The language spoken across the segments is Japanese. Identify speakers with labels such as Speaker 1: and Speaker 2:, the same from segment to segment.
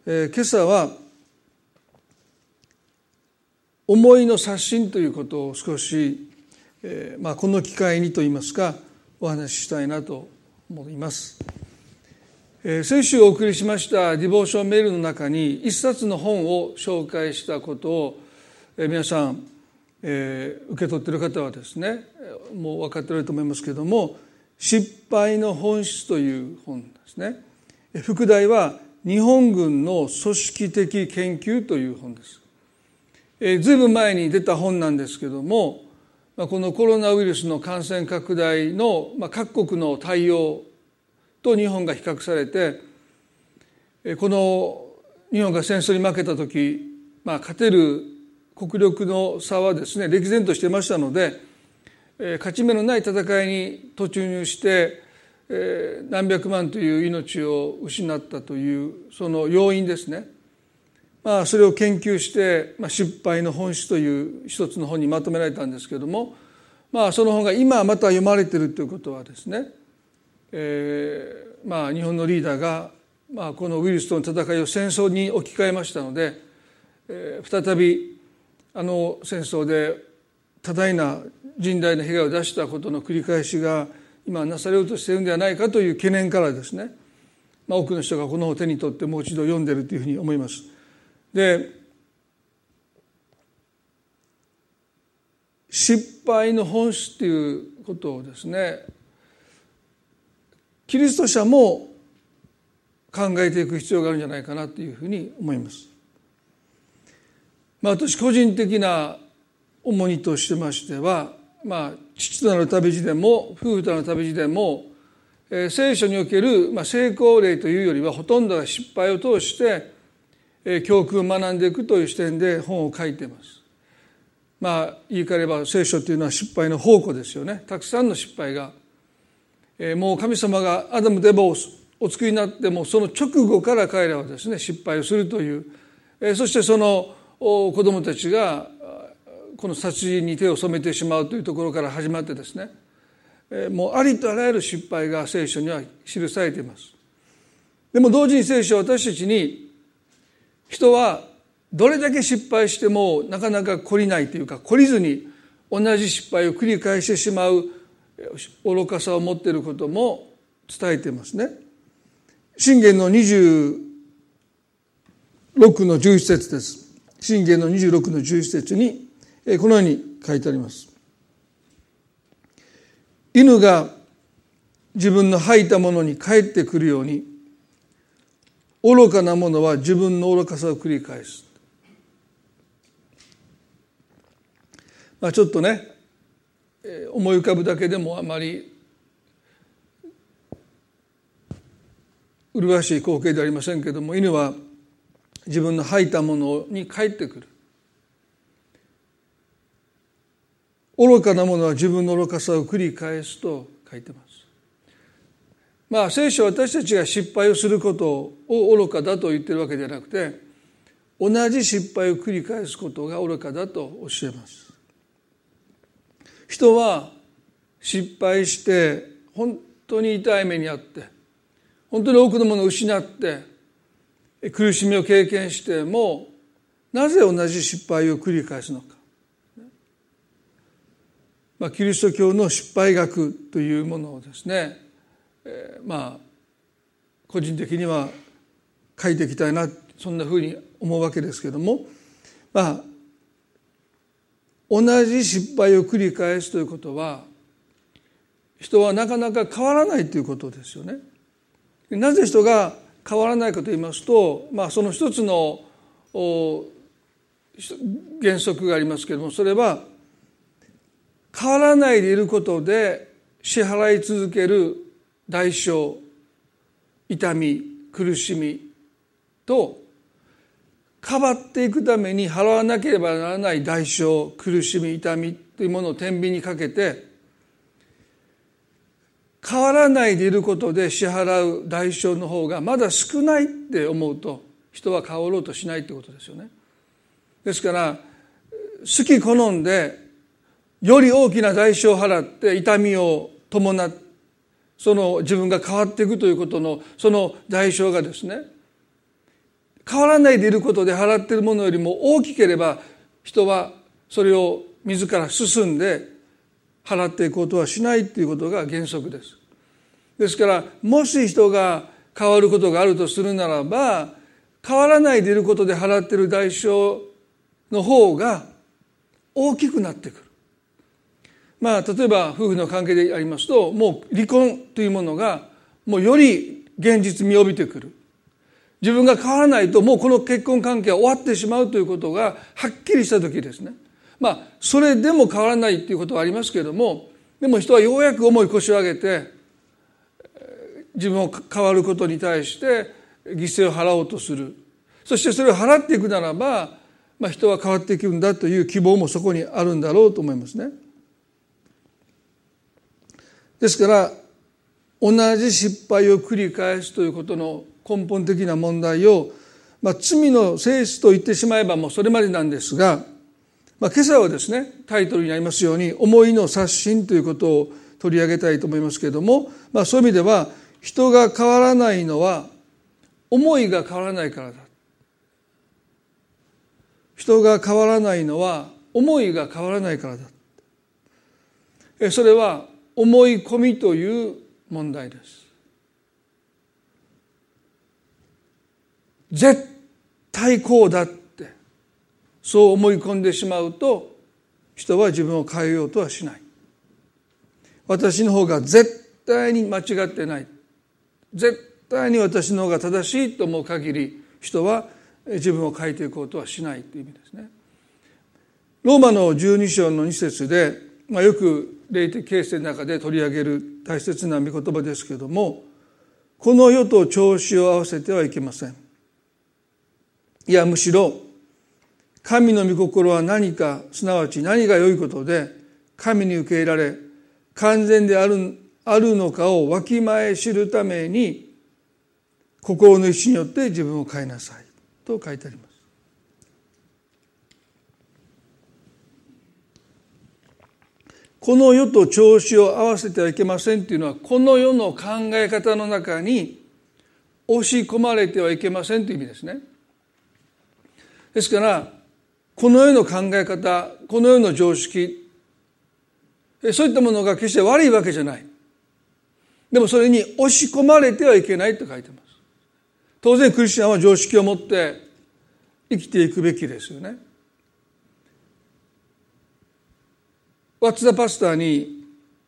Speaker 1: 今朝は思いの刷新ということを少し、この機会にといいますかお話ししたいなと思います。先週お送りしましたディボーションメールの中に一冊の本を紹介したことを、皆さん、受け取っている方はですねもう分かっていると思いますけれども、失敗の本質という本ですね。副題は日本軍の組織的研究という本です。ずいぶん前に出た本なんですけれども、このコロナウイルスの感染拡大の各国の対応と日本が比較されて、この日本が戦争に負けた時、勝てる国力の差はですね歴然としてましたので、勝ち目のない戦いに突入して何百万という命を失ったというその要因ですね。それを研究して失敗の本質という一つの本にまとめられたんですけれども、その本が今また読まれているということはですね、日本のリーダーがこのウイルスとの戦いを戦争に置き換えましたので、再び戦争で多大な甚大な被害を出したことの繰り返しが今なされようとしているのではないかという懸念からですね、多くの人がこの本を手に取ってもう一度読んでいるというふうに思います。で、失敗の本質ということをですねキリスト者も考えていく必要があるんじゃないかなというふうに思います。私個人的な重荷としてましては、父となる旅路でも夫婦となる旅路でも、聖書における成功例というよりはほとんどが失敗を通して教訓を学んでいくという視点で本を書いています。言い換えれば聖書というのは失敗の宝庫ですよね。たくさんの失敗が、もう神様がアダムとエバをお作りになってもその直後から彼らはですね失敗をするという、そしてその子供たちがこの殺人に手を染めてしまうというところから始まってですね、もうありとあらゆる失敗が聖書には記されています。でも同時に聖書は私たちに人はどれだけ失敗してもなかなか懲りないというか懲りずに同じ失敗を繰り返してしまう愚かさを持っていることも伝えていますね。箴言の26の11節です。箴言の26の11節にこのように書いてあります。犬が自分の吐いたものに帰ってくるように愚かな者は自分の愚かさを繰り返す。ちょっとね思い浮かぶだけでもあまり麗しい光景ではありませんけれども、犬は自分の吐いたものに帰ってくる。愚かな者は自分の愚かさを繰り返すと書いてます。聖書は私たちが失敗をすることを愚かだと言っているわけではなくて、同じ失敗を繰り返すことが愚かだと教えます。人は失敗して本当に痛い目にあって本当に多くのものを失って苦しみを経験してもなぜ同じ失敗を繰り返すのか。キリスト教の失敗学というものをですね、個人的には書いていきたいな、そんなふうに思うわけですけれども、同じ失敗を繰り返すということは人はなかなか変わらないということですよね。なぜ人が変わらないかと言いますと、その一つの原則がありますけれども、それは変わらないでいることで支払い続ける代償、痛み、苦しみと変わっていくために払わなければならない代償、苦しみ、痛みというものを天秤にかけて、変わらないでいることで支払う代償の方がまだ少ないって思うと人は変わろうとしないということですよね。ですから好き好んでより大きな代償を払って痛みを伴ってその自分が変わっていくということのその代償がですね、 変わらないでいることで払っているものよりも大きければ、人はそれを自ら進んで払っていくことはしないということが原則です。ですから、もし人が変わることがあるとするならば、変わらないでいることで払っている代償の方が大きくなってくる。例えば夫婦の関係でありますと、もう離婚というものがもうより現実味を帯びてくる。自分が変わらないともうこの結婚関係は終わってしまうということがはっきりした時ですね。それでも変わらないということはありますけれども、でも人はようやく重い腰を上げて自分を変わることに対して犠牲を払おうとする。そしてそれを払っていくならば、人は変わっていくんだという希望もそこにあるんだろうと思いますね。ですから同じ失敗を繰り返すということの根本的な問題を、罪の性質と言ってしまえばもうそれまでなんですが、今朝はですね、タイトルにありますように思いの刷新ということを取り上げたいと思いますけれども、そういう意味では人が変わらないのは思いが変わらないからだ。人が変わらないのは思いが変わらないからだ。それは思い込みという問題です。絶対こうだってそう思い込んでしまうと、人は自分を変えようとはしない。私の方が絶対に間違ってない、絶対に私の方が正しいと思う限り、人は自分を変えていこうとはしないという意味ですね。ローマの12章の2節で、よく霊的形成の中で取り上げる大切な御言葉ですけれども、この世と調子を合わせてはいけません。いやむしろ神の御心は何か、すなわち何が良いことで神に受け入れられ完全であるのかをわきまえ知るために、心の意志によって自分を変えなさいと書いてあります。この世と調子を合わせてはいけませんというのは、この世の考え方の中に押し込まれてはいけませんという意味ですね。ですからこの世の考え方、この世の常識、そういったものが決して悪いわけじゃない。でもそれに押し込まれてはいけないと書いてます。当然クリスチャンは常識を持って生きていくべきですよね。ワッツ・ザ・パスターに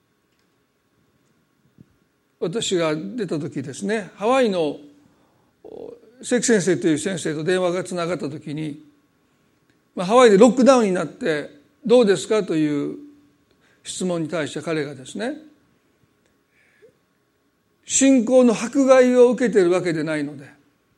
Speaker 1: 私が出た時ですね、ハワイの関先生という先生と電話がつながった時に、ハワイでロックダウンになってどうですかという質問に対して彼がですね、信仰の迫害を受けているわけでないので、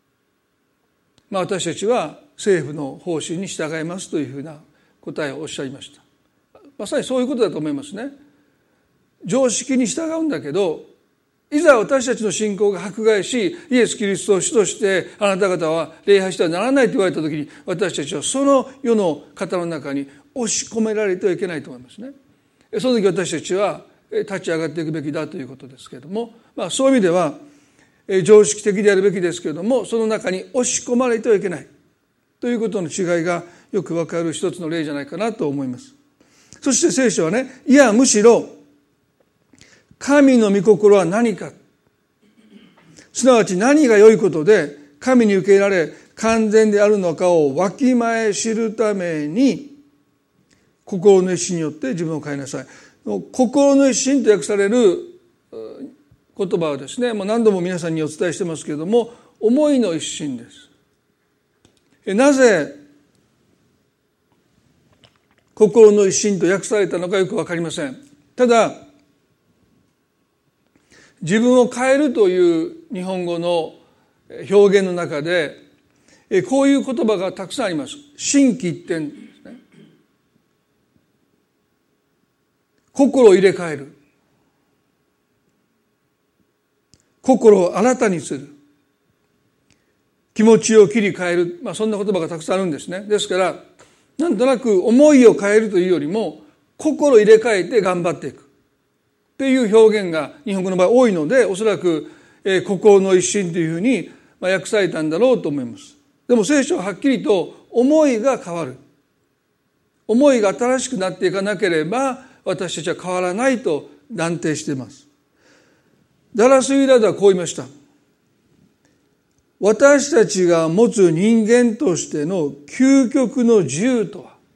Speaker 1: 私たちは政府の方針に従いますというふうな答えをおっしゃいました。まさにそういうことだと思いますね。常識に従うんだけど、いざ私たちの信仰が迫害し、イエス・キリストを主としてあなた方は礼拝してはならないと言われた時に、私たちはその世の方の中に押し込められてはいけないと思いますね。その時私たちは立ち上がっていくべきだということですけれども、そういう意味では常識的であるべきですけれども、その中に押し込まれてはいけないということの違いがよくわかる一つの例じゃないかなと思います。そして聖書はね、いやむしろ神の御心は何か、すなわち何が良いことで神に受け入れられ完全であるのかをわきまえ知るために、心の一心によって自分を変えなさい。心の一心と訳される言葉はですね、もう何度も皆さんにお伝えしてますけれども、思いの一心です。なぜ心の一心と訳されたのかよくわかりません。ただ自分を変えるという日本語の表現の中でこういう言葉がたくさんあります。心機一転ですね。心を入れ替える、心を新たにする、気持ちを切り替える、そんな言葉がたくさんあるんですね。ですからなんとなく思いを変えるというよりも心を入れ替えて頑張っていくっていう表現が日本語の場合多いので、おそらく心の一心というふうに訳されたんだろうと思います。 でも聖書ははっきりと思いが変わる。思いが新しくなっていかなければ私たちは変わらないと断定しています。ダラス・ウィラードはこう言いました。私たちが持つ人間としての究極の自由とは、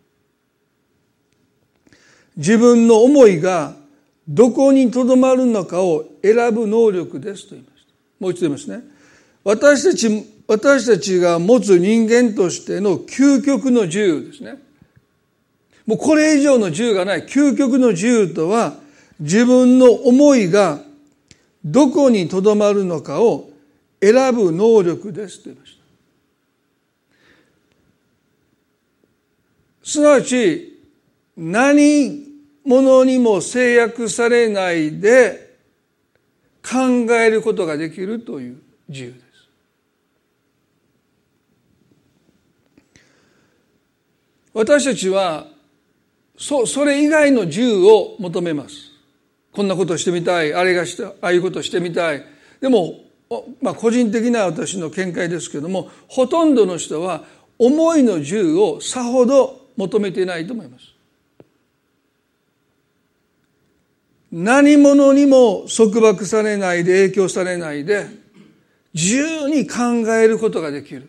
Speaker 1: 自分の思いがどこにとどまるのかを選ぶ能力ですと言いました。もう一度言いますね。私たちが持つ人間としての究極の自由ですね。もうこれ以上の自由がない。究極の自由とは、自分の思いがどこにとどまるのかを選ぶ能力ですと言いました。すなわち何者にも制約されないで考えることができるという自由です。私たちはそれ以外の自由を求めます。こんなことしてみたい、ああいうことしてみたい。でも個人的な私の見解ですけども、ほとんどの人は思いの自由をさほど求めていないと思います。何者にも束縛されないで、影響されないで自由に考えることができる。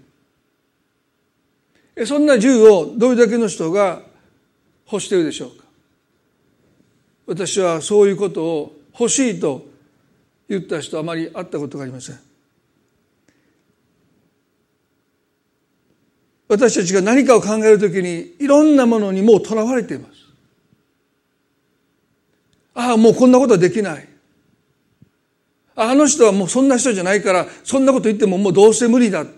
Speaker 1: そんな自由をどれだけの人が欲しているでしょうか。私はそういうことを欲しいと言った人はあまり会ったことがありません。私たちが何かを考えるときにいろんなものにもうとらわれています。もうこんなことはできない。あの人はもうそんな人じゃないからそんなこと言ってももうどうせ無理だって。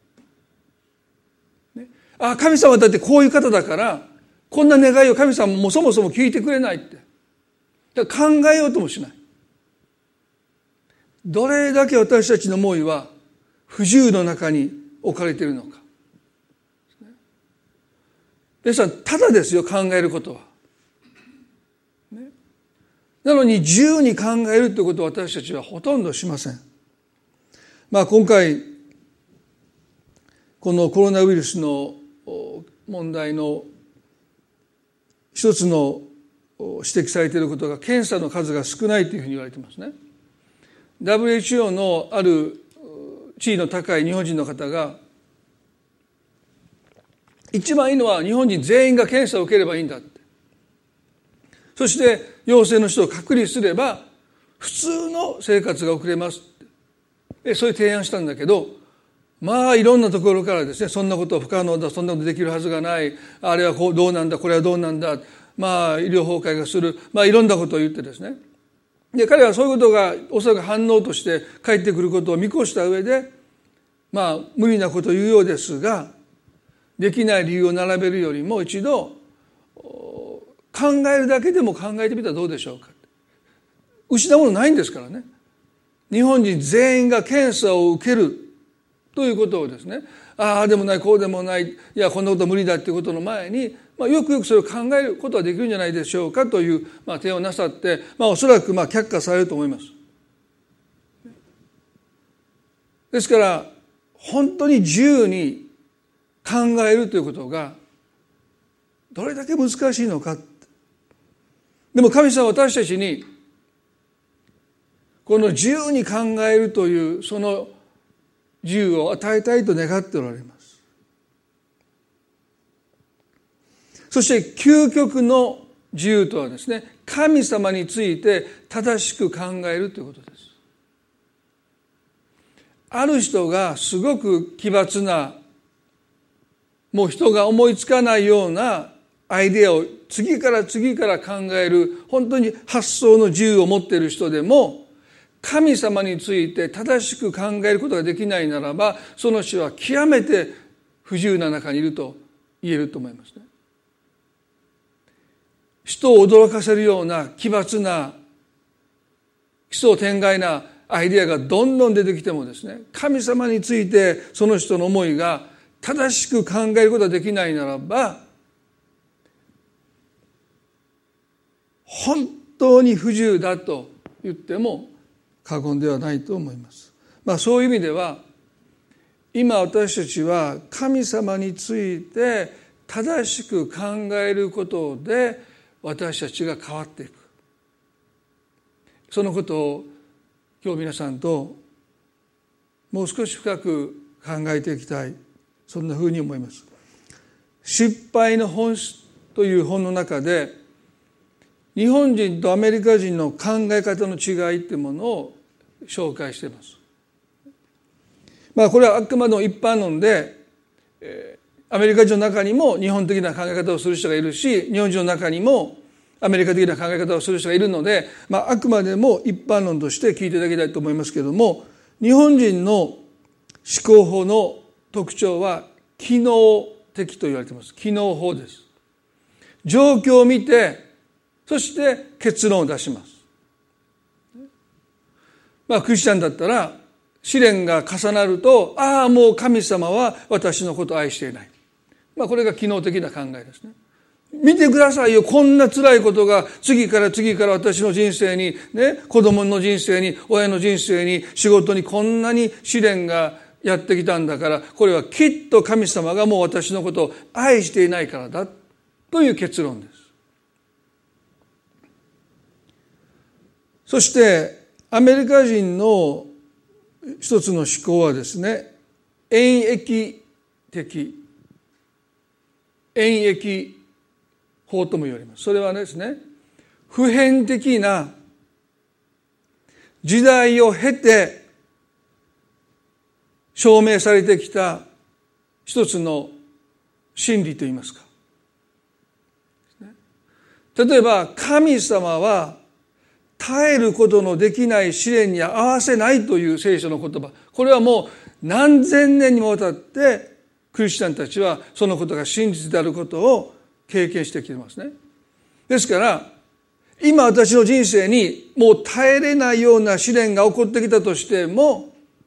Speaker 1: 神様だってこういう方だからこんな願いを神様もそもそも聞いてくれないって。だから考えようともしない。どれだけ私たちの思いは不自由の中に置かれているのか。皆さんただですよ、考えることは。なのに自由に考えるということを私たちはほとんどしません。今回このコロナウイルスの問題の一つの指摘されていることが検査の数が少ないというふうに言われていますね。WHO のある地位の高い日本人の方が、一番いいのは日本人全員が検査を受ければいいんだって。そして陽性の人を隔離すれば普通の生活が送れますって。そういう提案したんだけど、いろんなところからですね、そんなこと不可能だ、そんなことできるはずがない、あれはこうどうなんだ、これはどうなんだ、医療崩壊がする、いろんなことを言ってですね。で、彼はそういうことがおそらく反応として返ってくることを見越した上で、無理なことを言うようですが、できない理由を並べるよりも一度考えるだけでも考えてみたらどうでしょうか。失うものないんですからね。日本人全員が検査を受けるということをですね、ああでもないこうでもない、いやこんなこと無理だということの前に、よくそれを考えることができるんじゃないでしょうかという提案をなさって、おそらく却下されると思います。ですから本当に自由に考えるということがどれだけ難しいのか。でも神様は私たちにこの自由に考えるというその自由を与えたいと願っておられます。そして究極の自由とはですね、神様について正しく考えるということです。ある人がすごく奇抜な、もう人が思いつかないようなアイデアを次から次から考える、本当に発想の自由を持っている人でも、神様について正しく考えることができないならば、その人は極めて不自由な中にいると言えると思いますね。人を驚かせるような奇抜な奇想天外なアイデアがどんどん出てきてもですね、神様についてその人の思いが正しく考えることができないならば、本当に不自由だと言っても過言ではないと思います。そういう意味では今私たちは神様について正しく考えることで私たちが変わっていく、そのことを今日皆さんともう少し深く考えていきたい、そんなふうに思います。失敗の本質という本の中で日本人とアメリカ人の考え方の違いというものを紹介しています。これはあくまでも一般論で、アメリカ人の中にも日本的な考え方をする人がいるし、日本人の中にもアメリカ的な考え方をする人がいるので、あくまでも一般論として聞いていただきたいと思いますけれども、日本人の思考法の特徴は機能的と言われています。機能法です。状況を見て、そして結論を出します。クリスチャンだったら試練が重なると、もう神様は私のことを愛していない。これが機能的な考えですね。見てくださいよ、こんな辛いことが次から私の人生に、子供の人生に、親の人生に、仕事にこんなに試練がやってきたんだから、これはきっと神様がもう私のことを愛していないからだという結論です。そしてアメリカ人の一つの思考はですね、演繹法とも言われます。それはですね、普遍的な時代を経て証明されてきた一つの真理といいますか。例えば神様は耐えることのできない試練に合わせないという聖書の言葉、これはもう何千年にもわたってクリスチャンたちはそのことが真実であることを経験してきていますね。ですから今私の人生にもう耐えれないような試練が起こってきたとしても、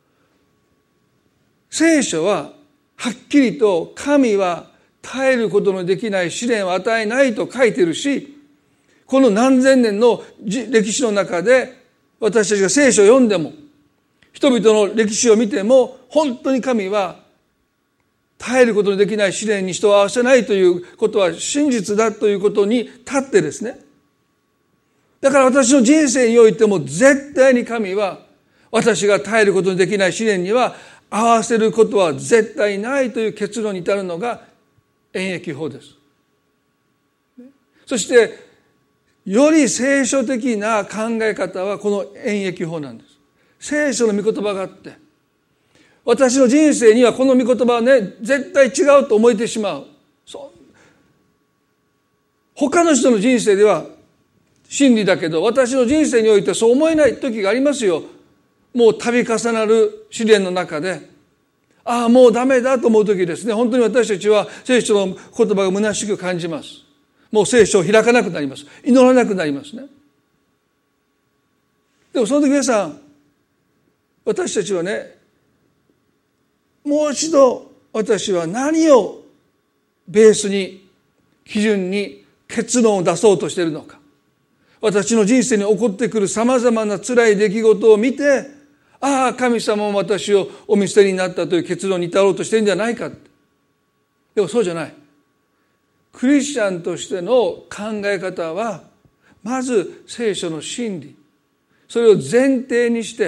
Speaker 1: 聖書ははっきりと神は耐えることのできない試練を与えないと書いているし、この何千年の歴史の中で私たちが聖書を読んでも、人々の歴史を見ても、本当に神は耐えることのできない試練に人を合わせないということは真実だということに立ってですね、だから私の人生においても絶対に神は私が耐えることのできない試練には合わせることは絶対ないという結論に至るのが演繹法です。そしてより聖書的な考え方はこの演繹法なんです。聖書の御言葉があって、私の人生にはこの御言葉はね、絶対違うと思えてしまう。他の人の人生では真理だけど、私の人生においてそう思えない時がありますよ。もう度重なる試練の中で、もうダメだと思う時ですね、本当に私たちは聖書の言葉が虚しく感じます。もう聖書を開かなくなります。祈らなくなりますね。でもその時皆さん、私たちはね、もう一度私は何をベースに基準に結論を出そうとしているのか、私の人生に起こってくるさまざまな辛い出来事を見て、神様も私をお見捨てになったという結論に至ろうとしているんじゃないか。でもそうじゃない。クリスチャンとしての考え方は、まず聖書の真理、それを前提にして、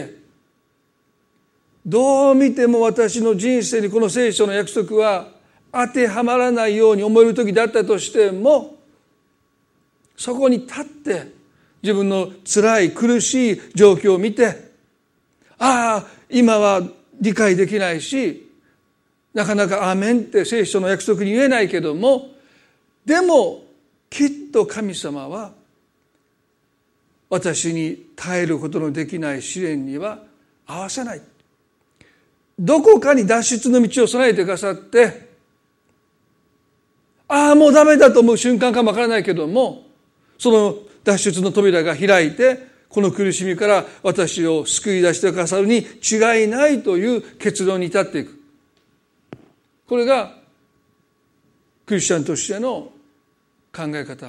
Speaker 1: どう見ても私の人生にこの聖書の約束は当てはまらないように思える時だったとしても、そこに立って自分の辛い苦しい状況を見て、今は理解できないし、なかなかアーメンって聖書の約束に言えないけども、でもきっと神様は私に耐えることのできない試練には合わせない。どこかに脱出の道を備えてくださって、もうダメだと思う瞬間かもわからないけども、その脱出の扉が開いて、この苦しみから私を救い出してくださるに違いないという結論に至っていく。これがクリスチャンとしての考え方。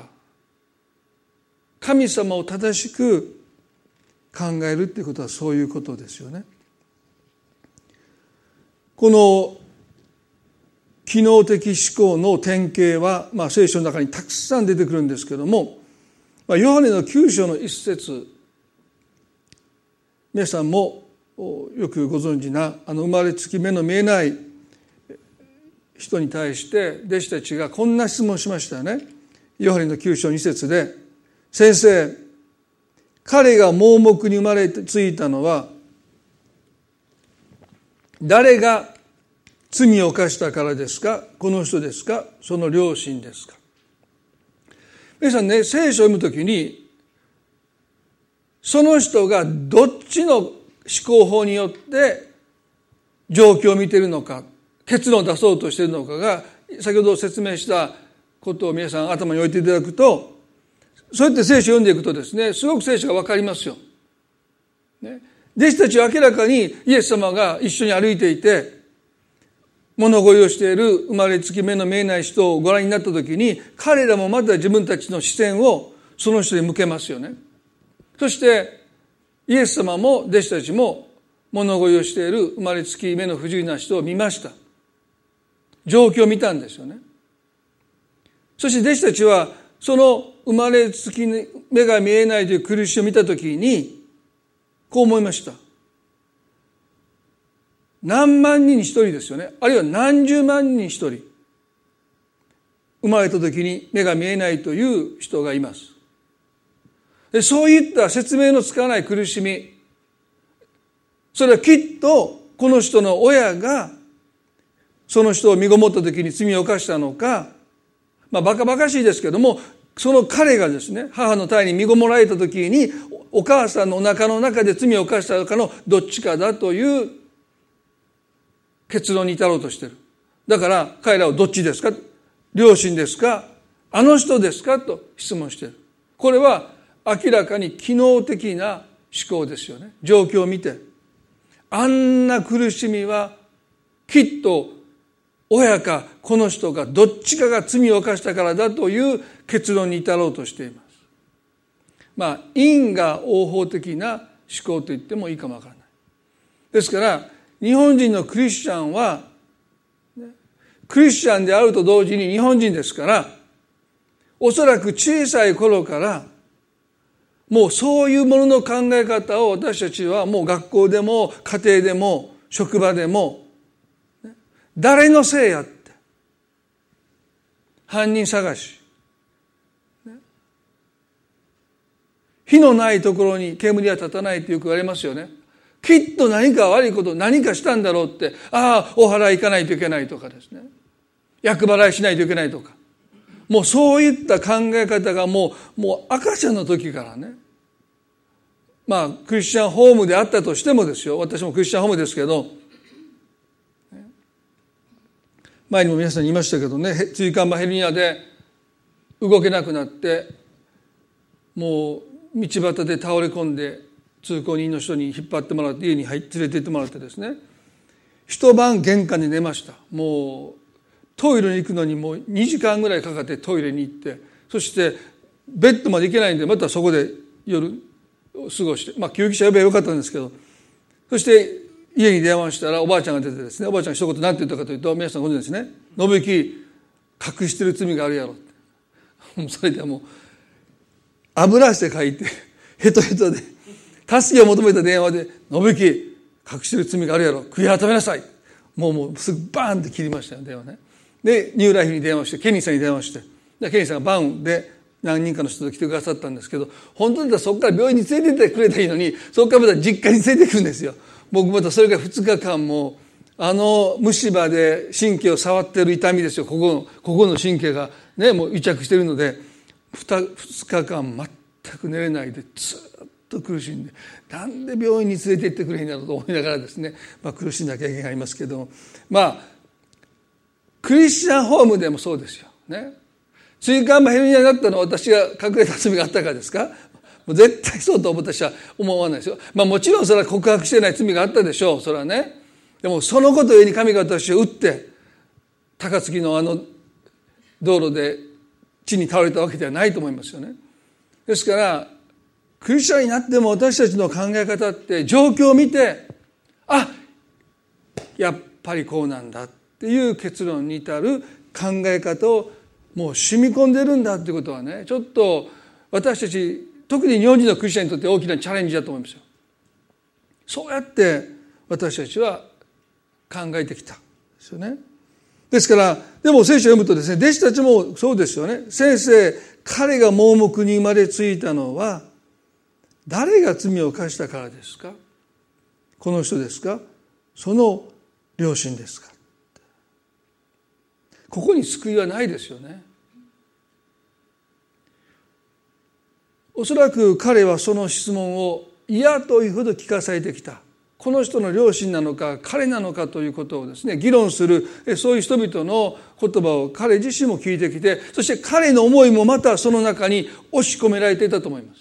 Speaker 1: 神様を正しく考えるっていうことはそういうことですよね。 この機能的思考の典型は、聖書の中にたくさん出てくるんですけども、ヨハネの9章の一節、皆さんもよくご存知な生まれつき目の見えない人に対して弟子たちがこんな質問をしましたよね。ヨハネの9章2節で、先生、彼が盲目に生まれついたのは誰が罪を犯したからですか？この人ですか？その両親ですか？皆さんね、聖書を読むときにその人がどっちの思考法によって状況を見ているのか、結論を出そうとしているのかが、先ほど説明したことを皆さん頭に置いていただくと、そうやって聖書を読んでいくとですね、すごく聖書が分かりますよ。ね、弟子たちは明らかにイエス様が一緒に歩いていて、物乞いをしている生まれつき目の見えない人をご覧になったときに、彼らもまた自分たちの視線をその人に向けますよね。そしてイエス様も弟子たちも物乞いをしている生まれつき目の不自由な人を見ました。状況を見たんですよね。そして弟子たちはその生まれつき目が見えないという苦しみを見たときにこう思いました。何万人に一人ですよね。あるいは何十万人に一人、生まれた時に目が見えないという人がいます。で、そういった説明のつかない苦しみ、それはきっとこの人の親がその人を身ごもった時に罪を犯したのか、バカバカしいですけども、その彼がですね、母の胎に身ごもられた時にお母さんのお腹の中で罪を犯したのかのどっちかだという結論に至ろうとしている。だから彼らはどっちですか、両親ですか、あの人ですかと質問している。これは明らかに機能的な思考ですよね。状況を見て、あんな苦しみはきっと親かこの人がどっちかが罪を犯したからだという結論に至ろうとしています。因果応報的な思考と言ってもいいかもわからない。ですから日本人のクリスチャンはクリスチャンであると同時に日本人ですから、おそらく小さい頃からもうそういうものの考え方を私たちはもう学校でも家庭でも職場でも誰のせいやって犯人探し、火のないところに煙は立たないとよく言われますよね。きっと何か悪いこと何かしたんだろうって、お祓い行かないといけないとかですね、厄払いしないといけないとか、もうそういった考え方がもう赤ちゃんの時からね、クリスチャンホームであったとしてもですよ、私もクリスチャンホームですけど、前にも皆さんに言いましたけどね、椎間板ヘルニアで動けなくなってもう道端で倒れ込んで通行人の人に引っ張ってもらって家に連れて行ってもらってですね、一晩玄関に寝ました。もうトイレに行くのにもう2時間ぐらいかかってトイレに行って、そしてベッドまで行けないんでまたそこで夜過ごして、救急車呼べばよかったんですけど、そして家に電話したらおばあちゃんが出てですね、おばあちゃんが一言何て言ったかというと、皆さんご存知ですね、信之隠してる罪があるやろって。それでもう油して書いてヘトヘトで助けを求めた電話で、信之隠してる罪があるやろ、悔い改めなさい。もうすぐバーンって切りましたよ、電話ね。でニューライフに電話して、ケニーさんに電話して、ケニーさんがバンで何人かの人と来てくださったんですけど、本当だったらそこから病院に連れてってくれたらいいのに、そこからまた実家に連れてくるんですよ。僕またそれが2日間も虫歯で神経を触ってる痛みですよ。ここの神経がね、もう癒着しているので 2日間全く寝れないでずっと苦しんで、なんで病院に連れて行ってくれへんだろうと思いながらですね、苦しんだ経験がありますけど、クリスチャンホームでもそうですよね。椎間板ヘルニアになったのは私が隠れた罪があったからですか？もう絶対そうと私は思わないですよ。もちろんそれは告白してない罪があったでしょう、それはね。でもそのことゆえに神が私を打って高槻の道路で地に倒れたわけではないと思いますよね。ですからクリスチャンになっても私たちの考え方って状況を見て、やっぱりこうなんだっていう結論に至る考え方をもう染み込んでるんだっていうことはね、ちょっと私たち特に日本人のクリスチャンにとって大きなチャレンジだと思いますよ。そうやって私たちは考えてきたんですよね。ですからでも聖書を読むとですね、弟子たちもそうですよね。先生、彼が盲目に生まれついたのは誰が罪を犯したからですか？この人ですか？その両親ですか？ここに救いはないですよね。おそらく彼はその質問を嫌というほど聞かされてきた。この人の両親なのか彼なのかということをですね、議論する、そういう人々の言葉を彼自身も聞いてきて、そして彼の思いもまたその中に押し込められていたと思います。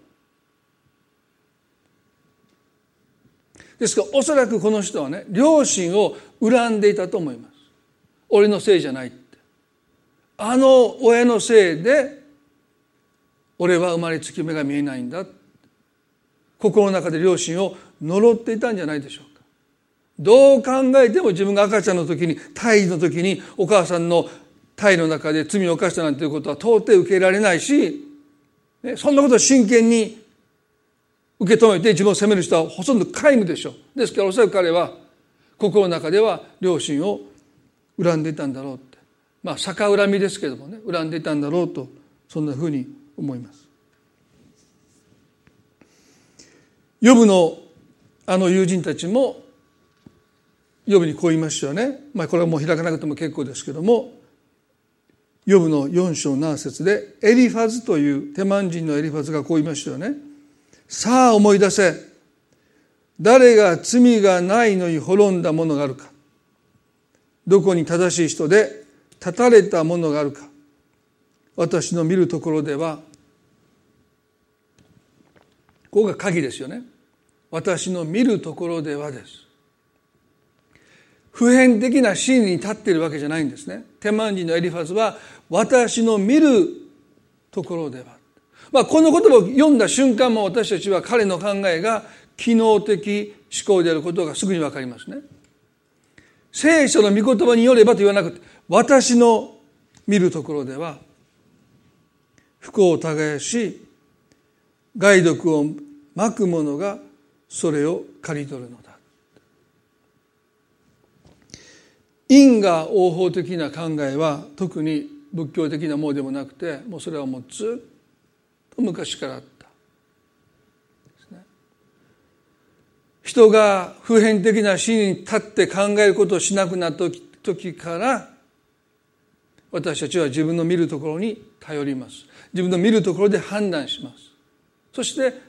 Speaker 1: ですからおそらくこの人はね、両親を恨んでいたと思います。俺のせいじゃないって、あの親のせいで俺は生まれつき目が見えないんだ、心の中で両親を呪っていたんじゃないでしょうか。どう考えても自分が赤ちゃんの時に、胎児の時にお母さんの胎の中で罪を犯したなんていうことは到底受けられないし、そんなことを真剣に受け止めて自分を責める人はほとんど皆無でしょう。ですからおそらく彼は心の中では両親を恨んでいたんだろうって、逆恨みですけどもね、恨んでいたんだろうと、そんなふうに思います。ヨブのあの友人たちもヨブにこう言いましたよね。これはもう開かなくても結構ですけども、ヨブの4章7節でエリファズというテマン人のエリファズがこう言いましたよね。さあ思い出せ、誰が罪がないのに滅んだものがあるか、どこに正しい人で断たれたものがあるか。私の見るところでは、ここが鍵ですよね。私の見るところではです。普遍的な真理に立っているわけじゃないんですね。テマン人のエリファズは私の見るところでは、この言葉を読んだ瞬間も私たちは彼の考えが機能的思考であることがすぐに分かりますね。聖書の御言葉によればと言わなくて、私の見るところでは不幸を耕し害毒をまく者がそれを刈り取るのだ。因果応報的な考えは特に仏教的なものでもなくて、もうそれはもうずっと昔からあったですね。人が普遍的な真理に立って考えることをしなくなった時から私たちは自分の見るところに頼ります。自分の見るところで判断します。そして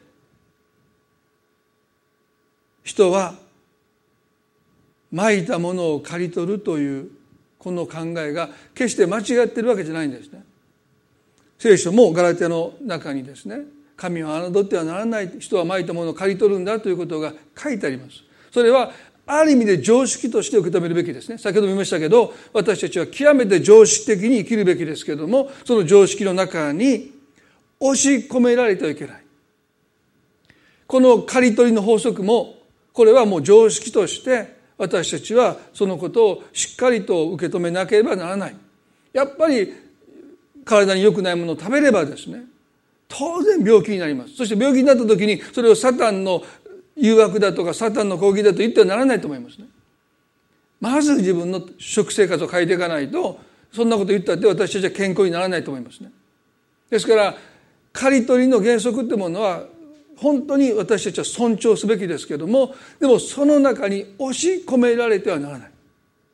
Speaker 1: 人はまいたものを刈り取るというこの考えが決して間違っているわけじゃないんですね。聖書もガラテヤの中にですね、神は侮ってはならない、人はまいたものを刈り取るんだということが書いてあります。それはある意味で常識として受け止めるべきですね。先ほども言いましたけど、私たちは極めて常識的に生きるべきですけれども、その常識の中に押し込められてはいけない。この刈り取りの法則も、これはもう常識として私たちはそのことをしっかりと受け止めなければならない。やっぱり体に良くないものを食べればですね、当然病気になります。そして病気になった時にそれをサタンの誘惑だとかサタンの攻撃だと言ってはならないと思いますね。まず自分の食生活を変えていかないと、そんなこと言ったって私たちは健康にならないと思いますね。ですから刈り取りの原則ってものは本当に私たちは尊重すべきですけれども、でもその中に押し込められてはならない。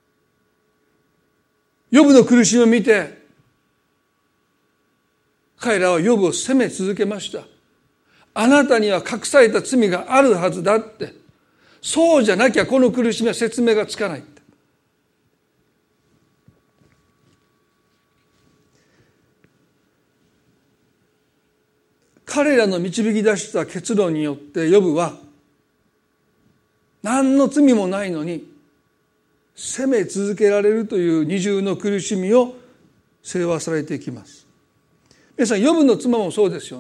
Speaker 1: ヨブの苦しみを見て彼らはヨブを責め続けました。あなたには隠された罪があるはずだって。そうじゃなきゃこの苦しみは説明がつかないって。彼らの導き出した結論によってヨブは何の罪もないのに責め続けられるという二重の苦しみを背負わされていきます。皆さん、ヨブの妻もそうですよ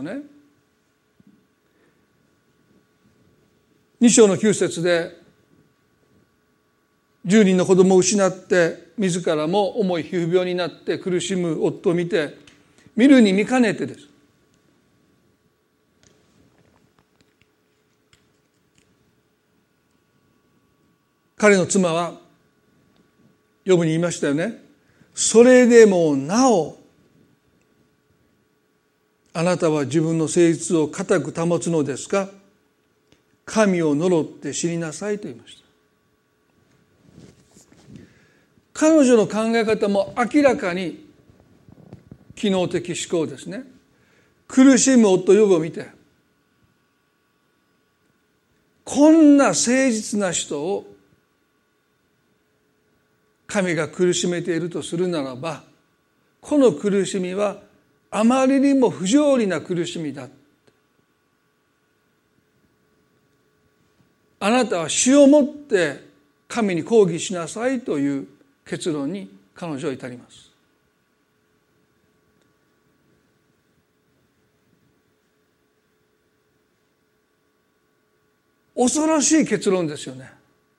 Speaker 1: ね。2章の9節で 10人の子供を失って自らも重い皮膚病になって苦しむ夫を見て、見るに見かねてです。彼の妻はヨブに言いましたよね。それでもなおあなたは自分の誠実を固く保つのですか。神を呪って死になさいと言いました。彼女の考え方も明らかに機能的思考ですね。苦しむ夫ヨブを見て、こんな誠実な人を神が苦しめているとするならば、この苦しみはあまりにも不条理な苦しみだ。あなたは死をもって神に抗議しなさいという結論に彼女は至ります。恐ろしい結論ですよね。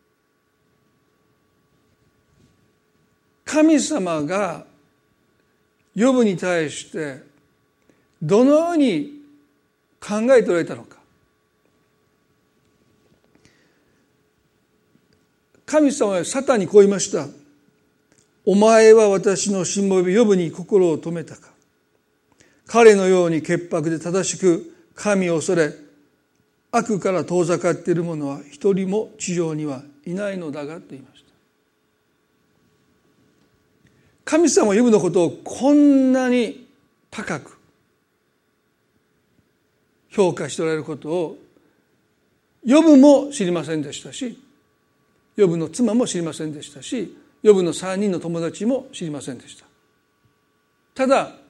Speaker 1: 神様がヨブに対してどのように考えておられたのか。神様はサタンにこう言いました。お前は私のしもべヨブに心を止めたか。彼のように潔白で正しく神を恐れ悪から遠ざかっている者は一人も地上にはいないのだがと言いました。神様はヨブのことをこんなに高く評価しておられることをヨブも知りませんでしたし、ヨブの妻も知りませんでしたし、ヨブの3人の友達も知りませんでした。ただ誠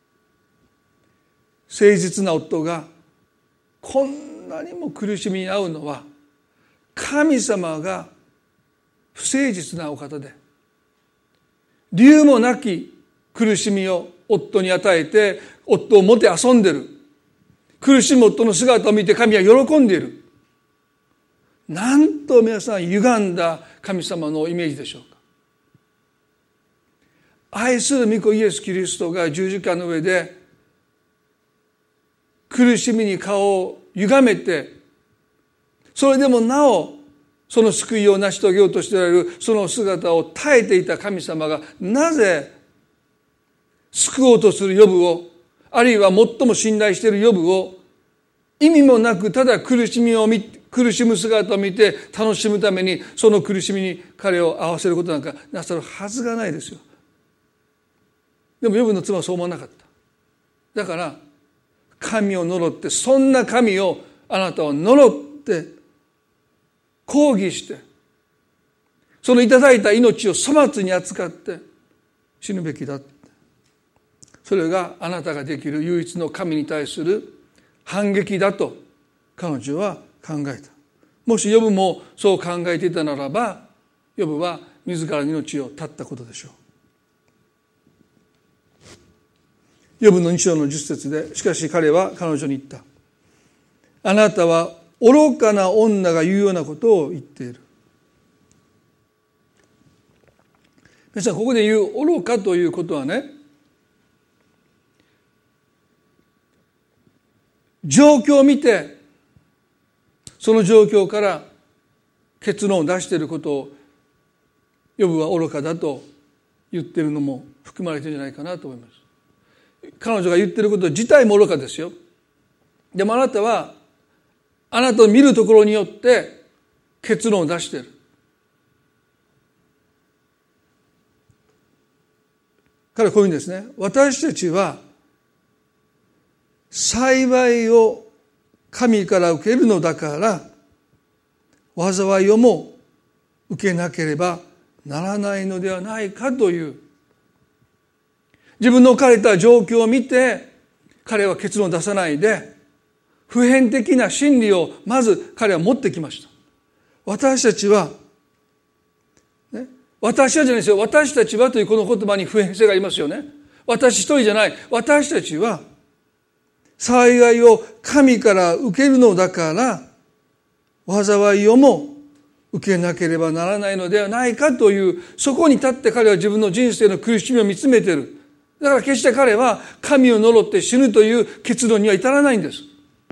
Speaker 1: 実な夫がこんなにも苦しみに遭うのは神様が不誠実なお方で、理由もなき苦しみを夫に与えて夫をもてあそんでいる。苦しむ夫の姿を見て神は喜んでいる。なんと皆さん歪んだ神様のイメージでしょうか。愛する御子イエス・キリストが十字架の上で苦しみに顔を歪めて、それでもなおその救いを成し遂げようとしておられるその姿を耐えていた神様が、なぜ救おうとするヨブを、あるいは最も信頼しているヨブを意味もなくただ苦しむ姿を見て楽しむためにその苦しみに彼を合わせることなんかなさるはずがないですよ。でもヨブの妻はそう思わなかった。だから神を呪って、そんな神をあなたは呪って抗議して、そのいただいた命を粗末に扱って死ぬべきだ。それがあなたができる唯一の神に対する反撃だと彼女は考えた。もしヨブもそう考えていたならば、ヨブは自らの命を絶ったことでしょう。ヨブの2章の10節で、しかし彼は彼女に言った。あなたは愚かな女が言うようなことを言っている。皆さん、ここで言う愚かということはね、状況を見てその状況から結論を出していることをヨブは愚かだと言っているのも含まれているんじゃないかなと思います。彼女が言っていること自体も愚かですよ。でもあなたはあなたを見るところによって結論を出している。彼はこういうんですね。私たちは幸いを神から受けるのだから災いをも受けなければならないのではないかという、自分の置かれた状況を見て彼は結論を出さないで普遍的な真理をまず彼は持ってきました。私たちは、ね、私はじゃないですよ。私たちはというこの言葉に普遍性がありますよね。私一人じゃない。私たちは災害を神から受けるのだから災いをも受けなければならないのではないかという、そこに立って彼は自分の人生の苦しみを見つめている。だから決して彼は神を呪って死ぬという結論には至らないんです。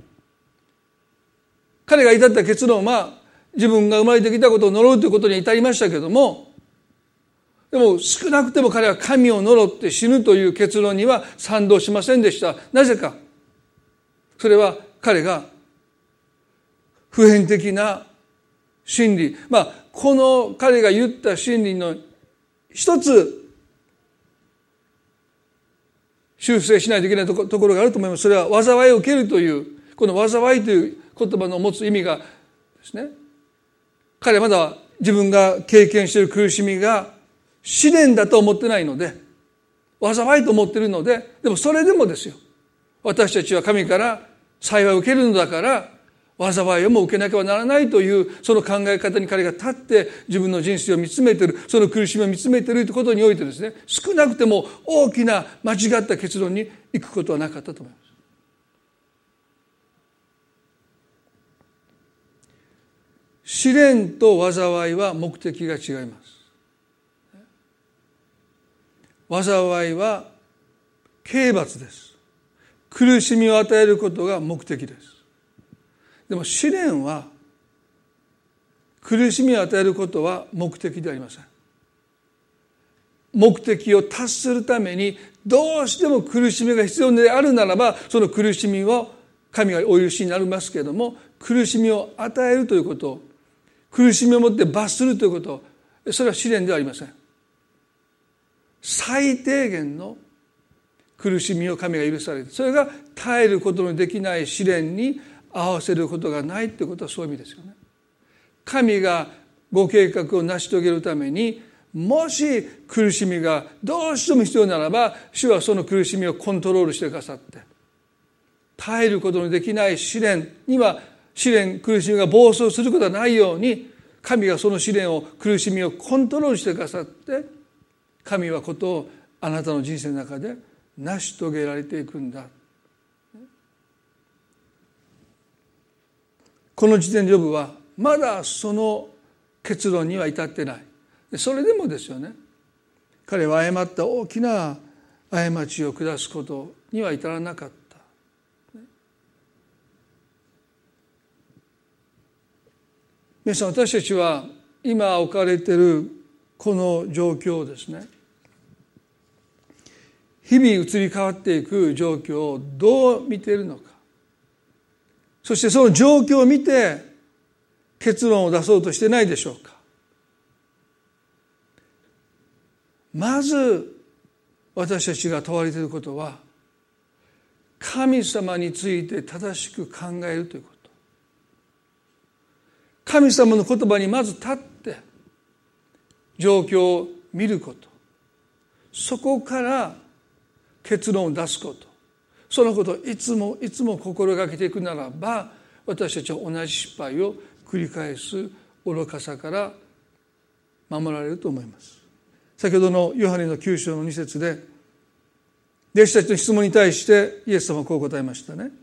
Speaker 1: 彼が至った結論は自分が生まれてきたことを呪うということに至りましたけれども、でも少なくても彼は神を呪って死ぬという結論には賛同しませんでした。なぜか。それは彼が普遍的な真理、この彼が言った真理の一つ修正しないといけないところがあると思います。それは災いを受けるという、この災いという言葉の持つ意味がですね、彼はまだ自分が経験している苦しみが試練だと思ってないので、災いと思っているので、でもそれでもですよ、私たちは神から幸いを受けるのだから災いをも受けなければならないというその考え方に彼が立って自分の人生を見つめている、その苦しみを見つめているということにおいてですね、少なくても大きな間違った結論に行くことはなかったと思います。試練と災いは目的が違います。災いは刑罰です。苦しみを与えることが目的です。でも試練は苦しみを与えることは目的ではありません。目的を達するためにどうしても苦しみが必要であるならば、その苦しみを神がお許しになりますけれども、苦しみを与えるということ、苦しみをもって罰するということ、それは試練ではありません。最低限の苦しみを神が許されて、それが耐えることのできない試練に合わせることがないということはそういう意味ですよね。神がご計画を成し遂げるために、もし苦しみがどうしても必要ならば、主はその苦しみをコントロールしてくださって、耐えることのできない試練には苦しみが暴走することはないように、神がその試練を苦しみをコントロールしてくださって、神はことをあなたの人生の中で成し遂げられていくんだ。この時点でヨブはまだその結論には至ってない。それでもですよね、彼は誤った大きな過ちを下すことには至らなかった。皆さん、私たちは今置かれているこの状況をですね、日々移り変わっていく状況をどう見ているのか、そしてその状況を見て結論を出そうとしてないでしょうか。まず私たちが問われていることは、神様について正しく考えるということ。神様の言葉にまず立って状況を見ること、そこから結論を出すこと、そのことをいつも心がけていくならば、私たちは同じ失敗を繰り返す愚かさから守られると思います。先ほどのヨハネの9章の2節で、弟子たちの質問に対してイエス様はこう答えましたね。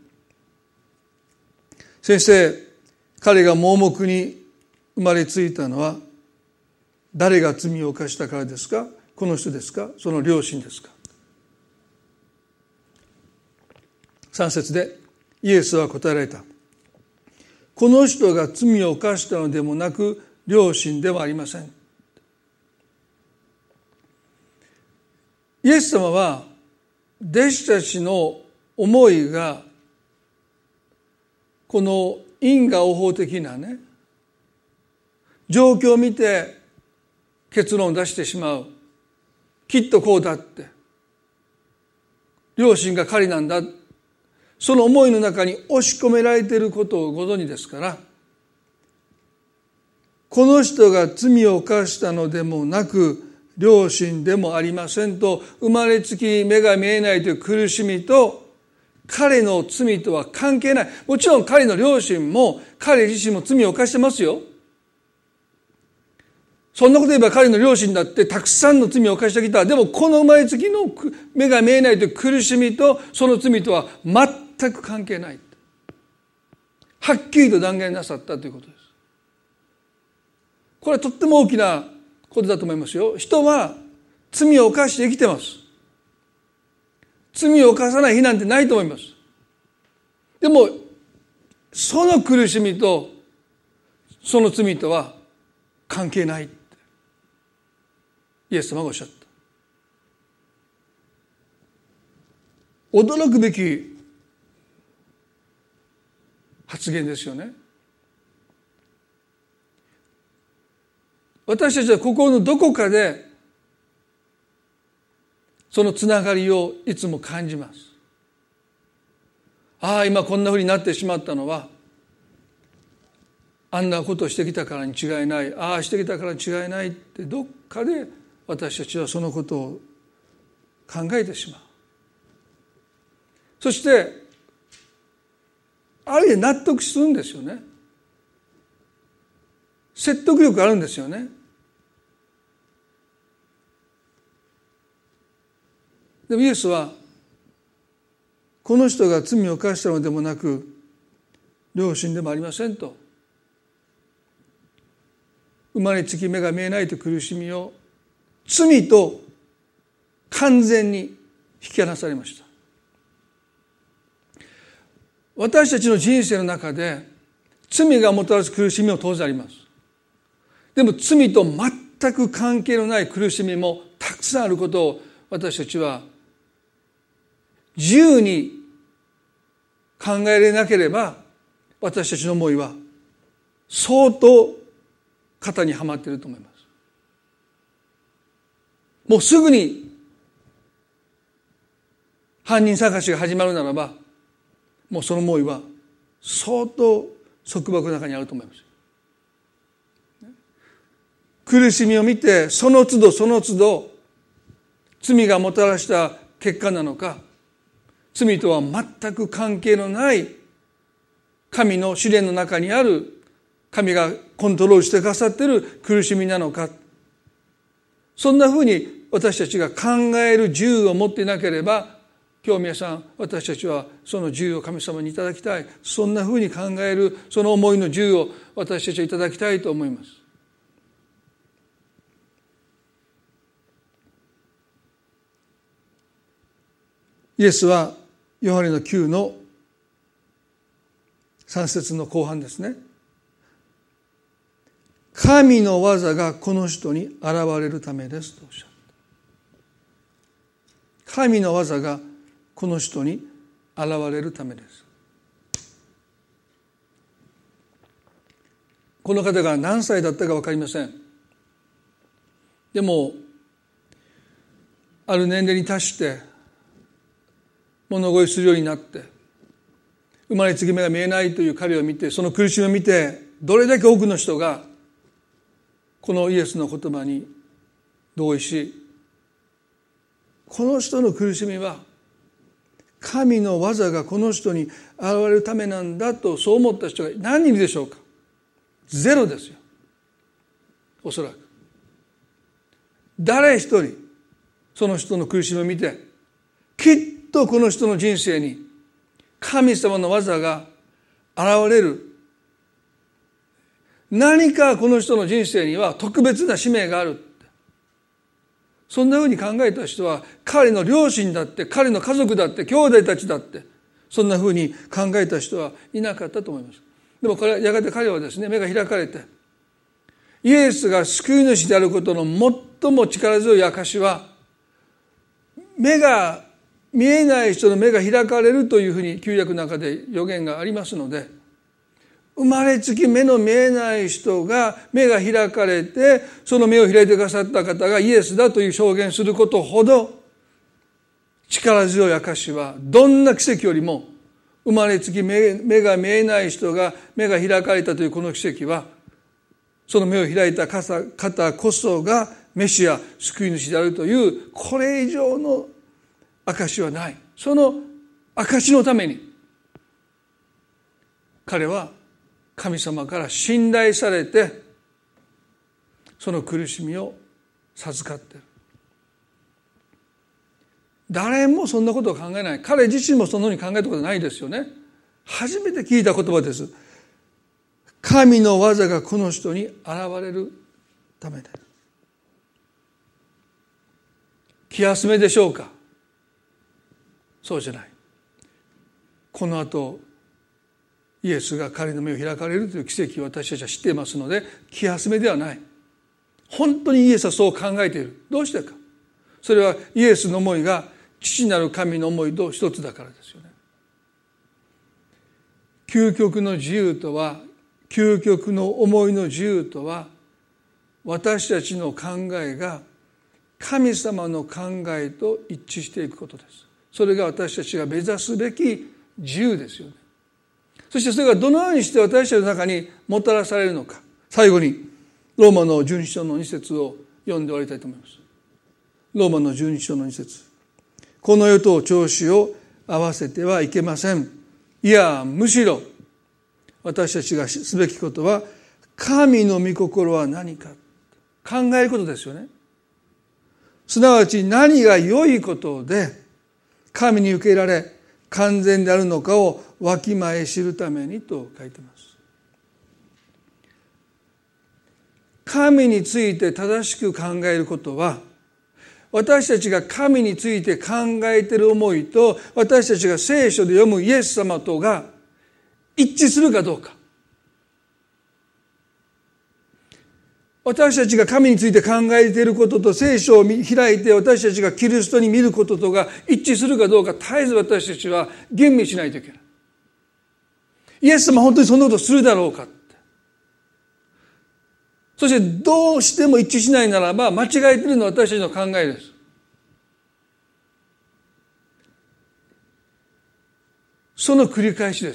Speaker 1: 先生、彼が盲目に生まれついたのは誰が罪を犯したからですか？この人ですか？その両親ですか？3節でイエスは答えられた。この人が罪を犯したのでもなく、両親ではありません。イエス様は弟子たちの思いがこの因果応報的なね、状況を見て結論を出してしまう。きっとこうだって。両親が狩りなんだ。その思いの中に押し込められていることをご存知ですから、この人が罪を犯したのでもなく、両親でもありませんと、生まれつき目が見えないという苦しみと、彼の罪とは関係ない。もちろん彼の両親も彼自身も罪を犯してますよ。そんなこと言えば彼の両親だってたくさんの罪を犯してきた。でもこの生まれつきの目が見えないという苦しみとその罪とは全く関係ない。はっきりと断言なさったということです。 これはとっても大きなことだと思いますよ。人は罪を犯して生きてます。罪を犯さない日なんてないと思います。でもその苦しみとその罪とは関係ないってイエス様がおっしゃった。驚くべき発言ですよね。私たちは心のどこかでそのつながりをいつも感じます。ああ、今こんなふうになってしまったのはあんなことをしてきたからに違いない、ああしてきたからに違いないってどっかで私たちはそのことを考えてしまう。そしてある意味納得するんですよね。説得力あるんですよね。でもイエスはこの人が罪を犯したのでもなく良心でもありませんと、生まれつき目が見えないという苦しみを罪と完全に引き離されました。私たちの人生の中で罪がもたらす苦しみも当然あります。でも罪と全く関係のない苦しみもたくさんあることを私たちは自由に考えられなければ、私たちの思いは相当型にはまっていると思います。もうすぐに犯人探しが始まるならば、もうその思いは相当束縛の中にあると思います。苦しみを見てその都度その都度罪がもたらした結果なのか、罪とは全く関係のない神の試練の中にある神がコントロールしてくださっている苦しみなのか、そんなふうに私たちが考える自由を持っていなければ、今日皆さん私たちはその自由を神様にいただきたい、そんなふうに考えるその思いの自由を私たちはいただきたいと思います。イエスはヨハネの9の3節の後半ですね。神の技がこの人に現れるためですとおっしゃった。神の技がこの人に現れるためです。この方が何歳だったか分かりません。でもある年齢に達して物乞いするようになって、生まれつき目が見えないという彼を見て、その苦しみを見て、どれだけ多くの人がこのイエスの言葉に同意し、この人の苦しみは神の技がこの人に現れるためなんだと、そう思った人が何人いるでしょうか。ゼロですよ、おそらく。誰一人その人の苦しみを見て、きっとこの人の人生に神様の技が現れる、何かこの人の人生には特別な使命がある、そんなふうに考えた人は彼の両親だって、彼の家族だって、兄弟たちだって、そんなふうに考えた人はいなかったと思います。でもやがて彼はですね、目が開かれて、イエスが救い主であることの最も力強い証は、目が見えない人の目が開かれるというふうに旧約の中で予言がありますので、生まれつき目の見えない人が目が開かれて、その目を開いてくださった方がイエスだという証言することほど力強い証は、どんな奇跡よりも生まれつき目が見えない人が目が開かれたというこの奇跡は、その目を開いた方こそがメシア、救い主であるという、これ以上の証はない。その証のために彼は神様から信頼されて、その苦しみを授かっている。誰もそんなことを考えない。彼自身もそんなふうに考えたことないですよね。初めて聞いた言葉です。神の技がこの人に現れるためです。気休めでしょうか。そうじゃない。この後イエスが彼の目を開かれるという奇跡を私たちは知っていますので、気休めではない。本当にイエスはそう考えている。どうしてか。それはイエスの思いが父なる神の思いと一つだからですよね。究極の自由とは、究極の思いの自由とは、私たちの考えが神様の考えと一致していくことです。それが私たちが目指すべき自由ですよね。そしてそれがどのようにして私たちの中にもたらされるのか。最後にローマの12章の2節を読んで終わりたいと思います。ローマの12章の2節。この世と調子を合わせてはいけません。いやむしろ私たちがすべきことは、神の御心は何か考えることですよね。すなわち何が良いことで神に受けられ完全であるのかをわきまえ知るためにと書いています。神について正しく考えることは、私たちが神について考えている思いと私たちが聖書で読むイエス様とが一致するかどうか。私たちが神について考えていることと聖書を開いて私たちがキリストに見ることとが一致するかどうか、絶えず私たちは吟味しないといけない。イエス様本当にそんなことするだろうかって。そしてどうしても一致しないならば間違えているのは私たちの考えです。その繰り返しです。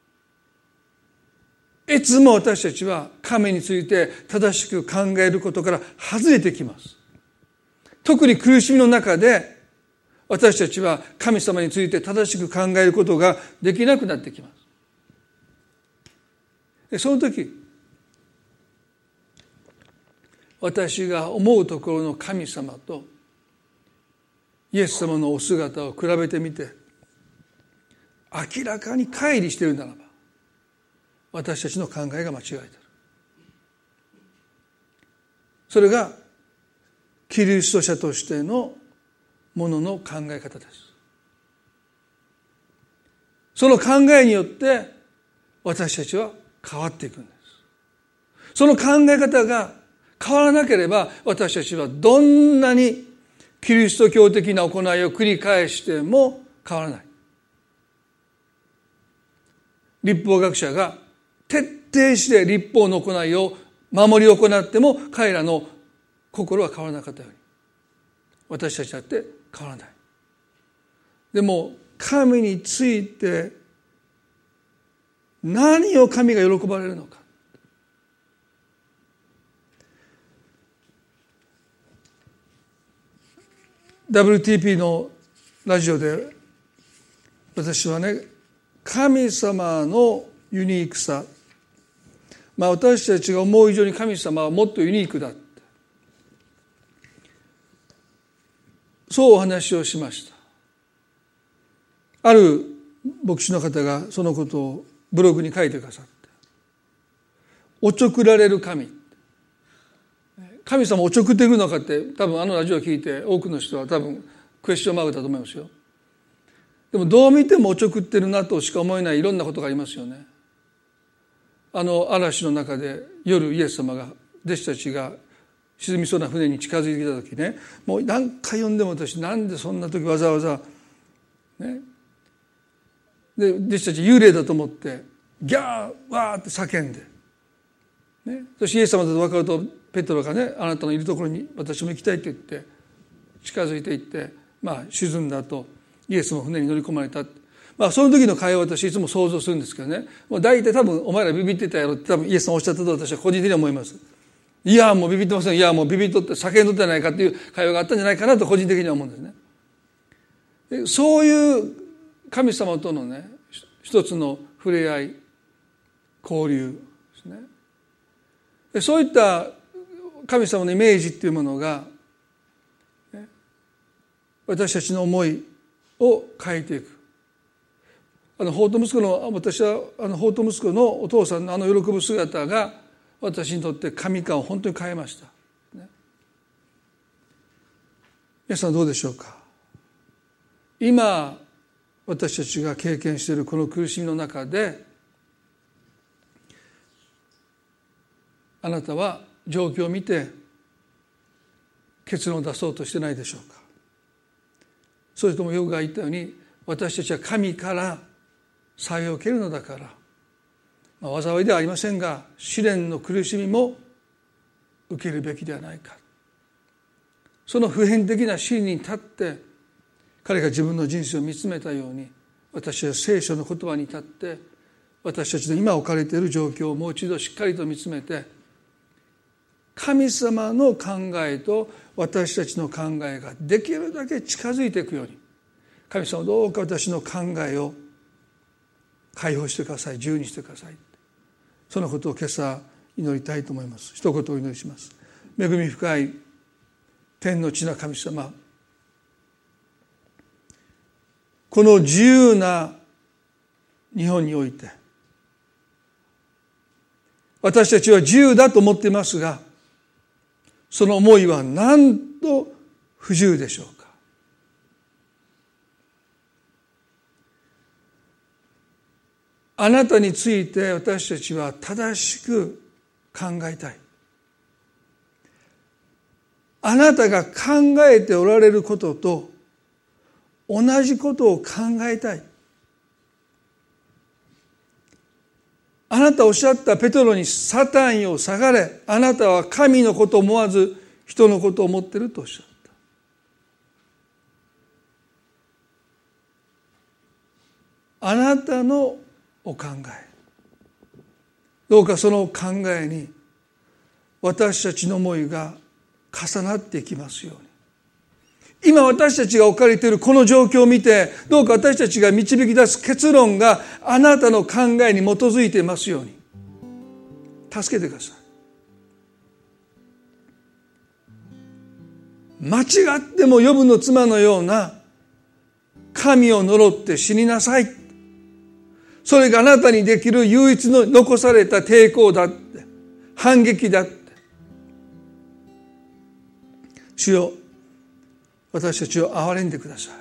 Speaker 1: いつも私たちは神について正しく考えることから外れてきます。特に苦しみの中で私たちは神様について正しく考えることができなくなってきます。その時、私が思うところの神様とイエス様のお姿を比べてみて、明らかに乖離しているならば私たちの考えが間違えている。それがキリスト者としてのものの考え方です。その考えによって私たちは変わっていくんです。その考え方が変わらなければ私たちはどんなにキリスト教的な行いを繰り返しても変わらない。律法学者が徹底して律法の行いを守り行っても彼らの心は変わらなかったように、私たちだって変わらない。でも神について何を神が喜ばれるのか、WTP のラジオで私はね、神様のユニークさ、私たちが思う以上に神様はもっとユニークだって、そうお話をしました。ある牧師の方がそのことをブログに書いてくださって、おちょくられる神、神様おちょくっているのかって、多分あのラジオを聞いて多くの人は多分クエスチョンマークだと思いますよ。でもどう見てもおちょくってるなとしか思えないいろんなことがありますよね。あの嵐の中で夜イエス様が弟子たちが沈みそうな船に近づいてきた時ね、もう何回読んでも私、なんでそんな時わざわざね、で弟子たち幽霊だと思ってギャーワーって叫んで、ね、そしてイエス様だと分かるとペテロがね、あなたのいるところに私も行きたいって言って近づいていって、沈んだ後イエスも船に乗り込まれた。その時の会話を私いつも想像するんですけどね、もう大体多分お前らビビってたやろって多分イエスさんおっしゃったと私は個人的に思います。いやもうビビってません、いやもうビビっとって叫んどってないかっていう会話があったんじゃないかなと個人的には思うんですね。でそういう神様とのね一つの触れ合い、交流ですね。でそういった神様のイメージっていうものが、ね、私たちの思いを変えていく。私は法と息子のお父さんの喜ぶ姿が私にとって神感を本当に変えました、ね、皆さんどうでしょうか。今私たちが経験しているこの苦しみの中で、あなたは状況を見て結論を出そうとしてないでしょうか。それともヨブが言ったように、私たちは神から災いを受けるのだから、災いではありませんが試練の苦しみも受けるべきではないか。その普遍的な真理に立って彼が自分の人生を見つめたように、私は聖書の言葉に立って私たちの今置かれている状況をもう一度しっかりと見つめて、神様の考えと私たちの考えができるだけ近づいていくように、神様どうか私の考えを解放してください、自由にしてください。そのことを今朝祈りたいと思います。一言お祈りします。恵み深い天の地な神様、この自由な日本において私たちは自由だと思っていますが、その思いはなんと不自由でしょうか。あなたについて私たちは正しく考えたい。あなたが考えておられることと同じことを考えたい。あなたおっしゃったペトロに、サタンよ下がれ、あなたは神のことを思わず人のことを思っているとおっしゃった。あなたのお考え、どうかその考えに私たちの思いが重なっていきますように。今私たちが置かれているこの状況を見て、どうか私たちが導き出す結論があなたの考えに基づいていますように助けてください。間違ってもヨブの妻のような神を呪って死になさい、それがあなたにできる唯一の残された抵抗だって、反撃だって、主よ私たちを憐れんでください。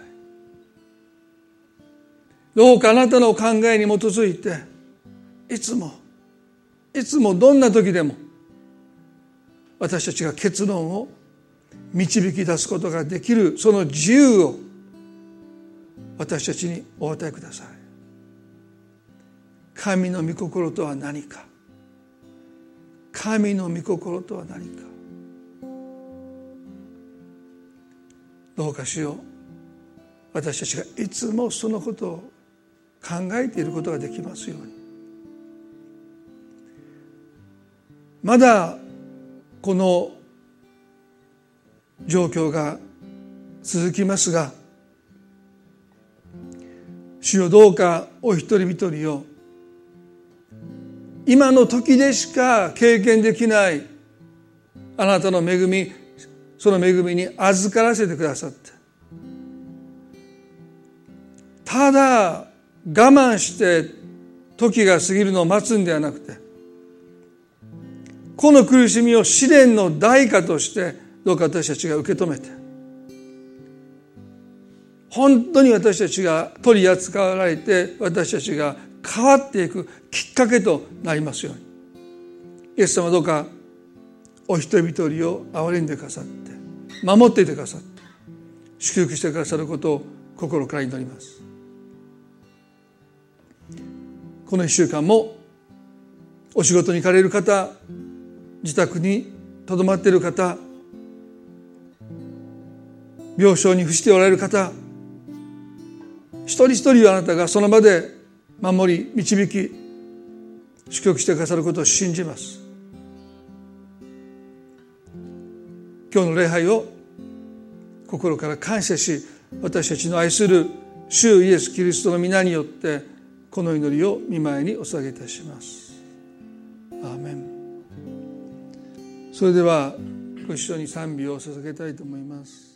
Speaker 1: どうかあなたの考えに基づいて、いつもどんな時でも私たちが結論を導き出すことができる、その自由を私たちにお与えください。神の御心とは何か、神の御心とは何か、どうか主よ、私たちがいつもそのことを考えていることができますように。まだこの状況が続きますが、主よどうかお一人一人を今の時でしか経験できないあなたの恵み、その恵みに預からせてくださって、ただ我慢して時が過ぎるのを待つんではなくて、この苦しみを試練の代価としてどうか私たちが受け止めて、本当に私たちが取り扱われて、私たちが変わっていくきっかけとなりますように。イエス様どうかお一人一人を憐れんでくださって、守っていてくださって、祝福してくださることを心から祈ります。この1週間もお仕事に行かれる方、自宅にとどまっている方、病床に伏しておられる方、一人一人をあなたがその場で守り導き祝福してくださることを信じます。今日の礼拝を心から感謝し、私たちの愛する主イエスキリストの皆によってこの祈りを御前にお捧げいたします。アーメン。それではご一緒に賛美を捧げたいと思います。